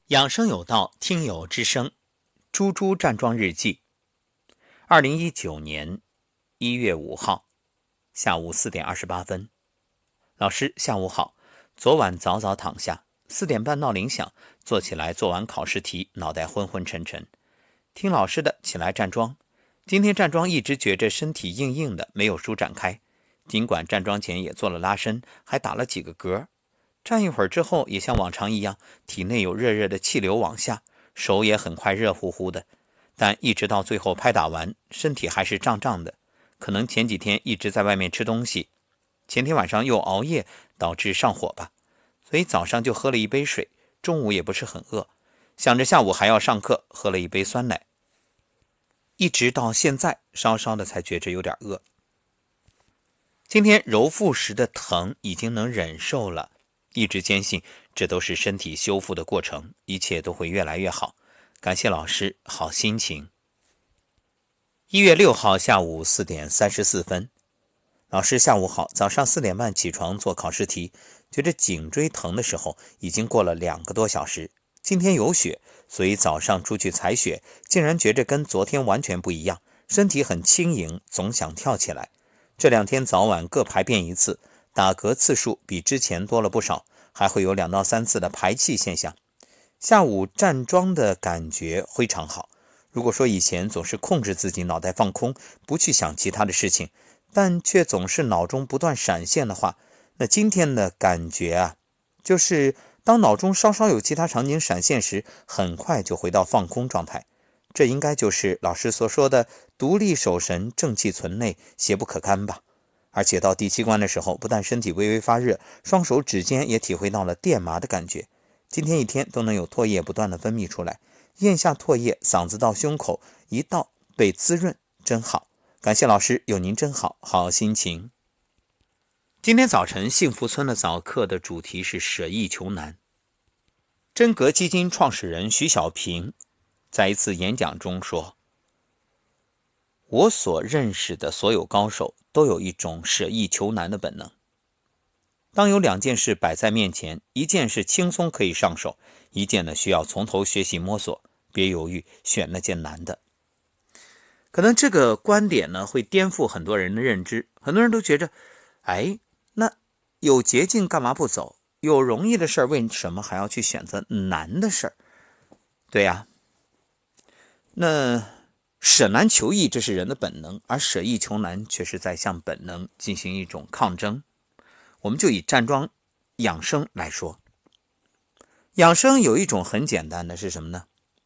养生有道，听友之声，猪猪站桩日记。2019年1月5号下午4点28分。老师下午好，昨晚早早躺下，4点半闹铃响，坐起来做完考试题，脑袋昏昏沉沉。听老师的，起来站桩。今天站桩一直觉着身体硬硬的，没有舒展开。尽管站桩前也做了拉伸，还打了几个嗝。站一会儿之后，也像往常一样，体内有热热的气流往下，手也很快热乎乎的。但一直到最后拍打完，身体还是胀胀的。可能前几天一直在外面吃东西，前天晚上又熬夜，导致上火吧。所以早上就喝了一杯水，中午也不是很饿，想着下午还要上课，喝了一杯酸奶。一直到现在，稍稍的才觉着有点饿。今天揉腹时的疼已经能忍受了，一直坚信这都是身体修复的过程，一切都会越来越好。感谢老师，好心情。1月6号下午4点34分。老师下午好，早上4点半起床做考试题，觉得颈椎疼的时候已经过了2个多小时。今天有雪，所以早上出去踩雪，竟然觉着跟昨天完全不一样，身体很轻盈，总想跳起来。这2天早晚各排便一次，打嗝次数比之前多了不少，还会有2到3次的排气现象。下午站桩的感觉非常好。如果说以前总是控制自己脑袋放空，不去想其他的事情，但却总是脑中不断闪现的话，那今天的感觉就是当脑中稍稍有其他场景闪现时，很快就回到放空状态。这应该就是老师所说的独立守神，正气存内，邪不可干吧。而且到第7关的时候，不但身体微微发热，双手指尖也体会到了电麻的感觉。今天一天都能有唾液不断的分泌出来，咽下唾液，嗓子到胸口一道被滋润，真好。感谢老师，有您真好，好心情。今天早晨幸福村的早课的主题是舍易求难。真格基金创始人徐小平在一次演讲中说，我所认识的所有高手都有一种舍易求难的本能。当有2件事摆在面前，一件是轻松可以上手，一件呢需要从头学习摸索，别犹豫，选那件难的。可能这个观点呢会颠覆很多人的认知，很多人都觉着，那有捷径干嘛不走？有容易的事为什么还要去选择难的事？对呀，那舍难求易这是人的本能，而舍易求难却是在向本能进行一种抗争。我们就以站桩养生来说，养生有一种很简单的是什么呢？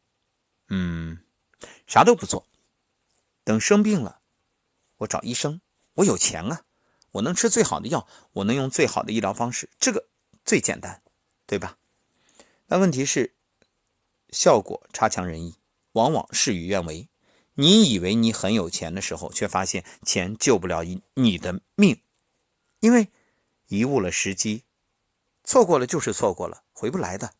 啥都不做，等生病了我找医生，我有钱啊，我能吃最好的药，我能用最好的医疗方式，这个最简单，对吧？那问题是效果差强人意，往往事与愿违。你以为你很有钱的时候，却发现钱救不了你的命，因为贻误了时机，错过了就是错过了，回不来的。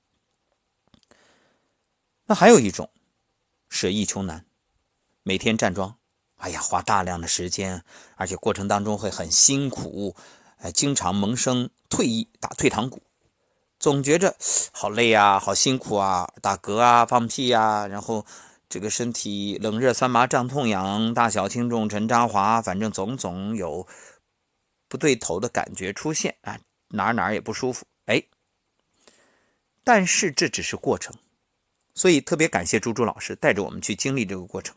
那还有一种舍易求难，每天站桩，花大量的时间，而且过程当中会很辛苦，经常萌生退意，打退堂鼓，总觉着好累啊，好辛苦啊，打嗝啊，放屁啊，然后这个身体冷热酸麻胀痛痒，大小轻重沉渣滑，反正总有不对头的感觉出现，哪也不舒服。但是这只是过程，所以特别感谢猪猪老师带着我们去经历这个过程。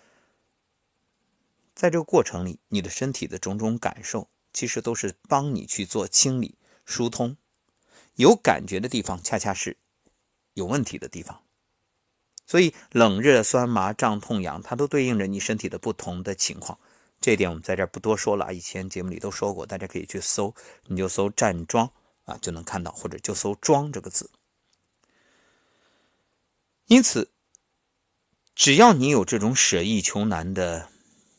在这个过程里，你的身体的种种感受其实都是帮你去做清理疏通，有感觉的地方恰恰是有问题的地方。所以冷热酸麻胀痛痒，它都对应着你身体的不同的情况。这一点我们在这儿不多说了，以前节目里都说过，大家可以去搜，你就搜站桩就能看到，或者就搜桩这个字。因此只要你有这种舍易求难的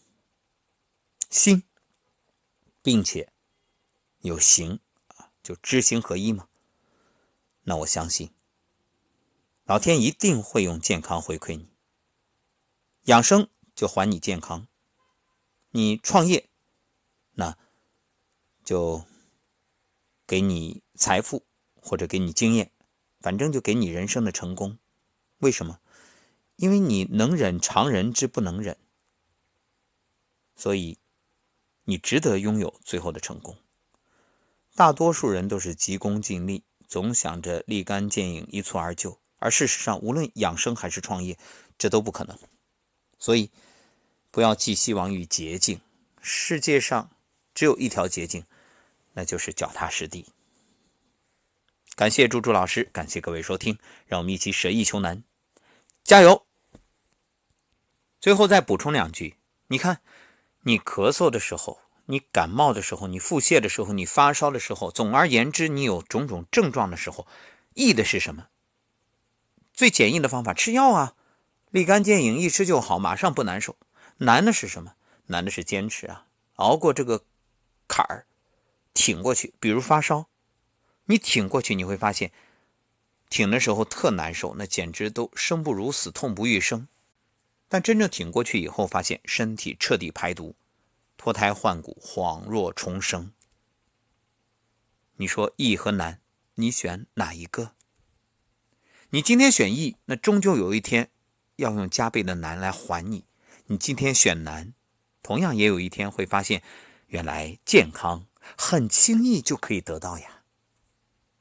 心，并且有行，就知行合一嘛，那我相信老天一定会用健康回馈你。养生就还你健康，你创业那就给你财富或者给你经验， 反正就给你人生的成功。为什么？因为你能忍常人之不能忍，所以你值得拥有最后的成功。大多数人都是急功近利，总想着立竿见影，一蹴而就，而事实上无论养生还是创业，这都不可能。所以不要寄希望于捷径，世界上只有一条捷径，那就是脚踏实地。感谢朱老师，感谢各位收听，让我们一起舍易求难，加油！最后再补充2句，你看，你咳嗽的时候，你感冒的时候，你腹泻的时候，你发烧的时候，总而言之，你有种种症状的时候，易的是什么？最简易的方法，吃药啊，立竿见影，一吃就好，马上不难受。难的是什么？难的是坚持啊，熬过这个坎儿，挺过去。比如发烧，你挺过去，你会发现挺的时候特难受，那简直都生不如死，痛不欲生。但真正挺过去以后，发现身体彻底排毒，脱胎换骨，恍若重生。你说易和难，你选哪一个？你今天选易，那终究有一天要用加倍的难来还你。你今天选难，同样也有一天会发现，原来健康很轻易就可以得到呀。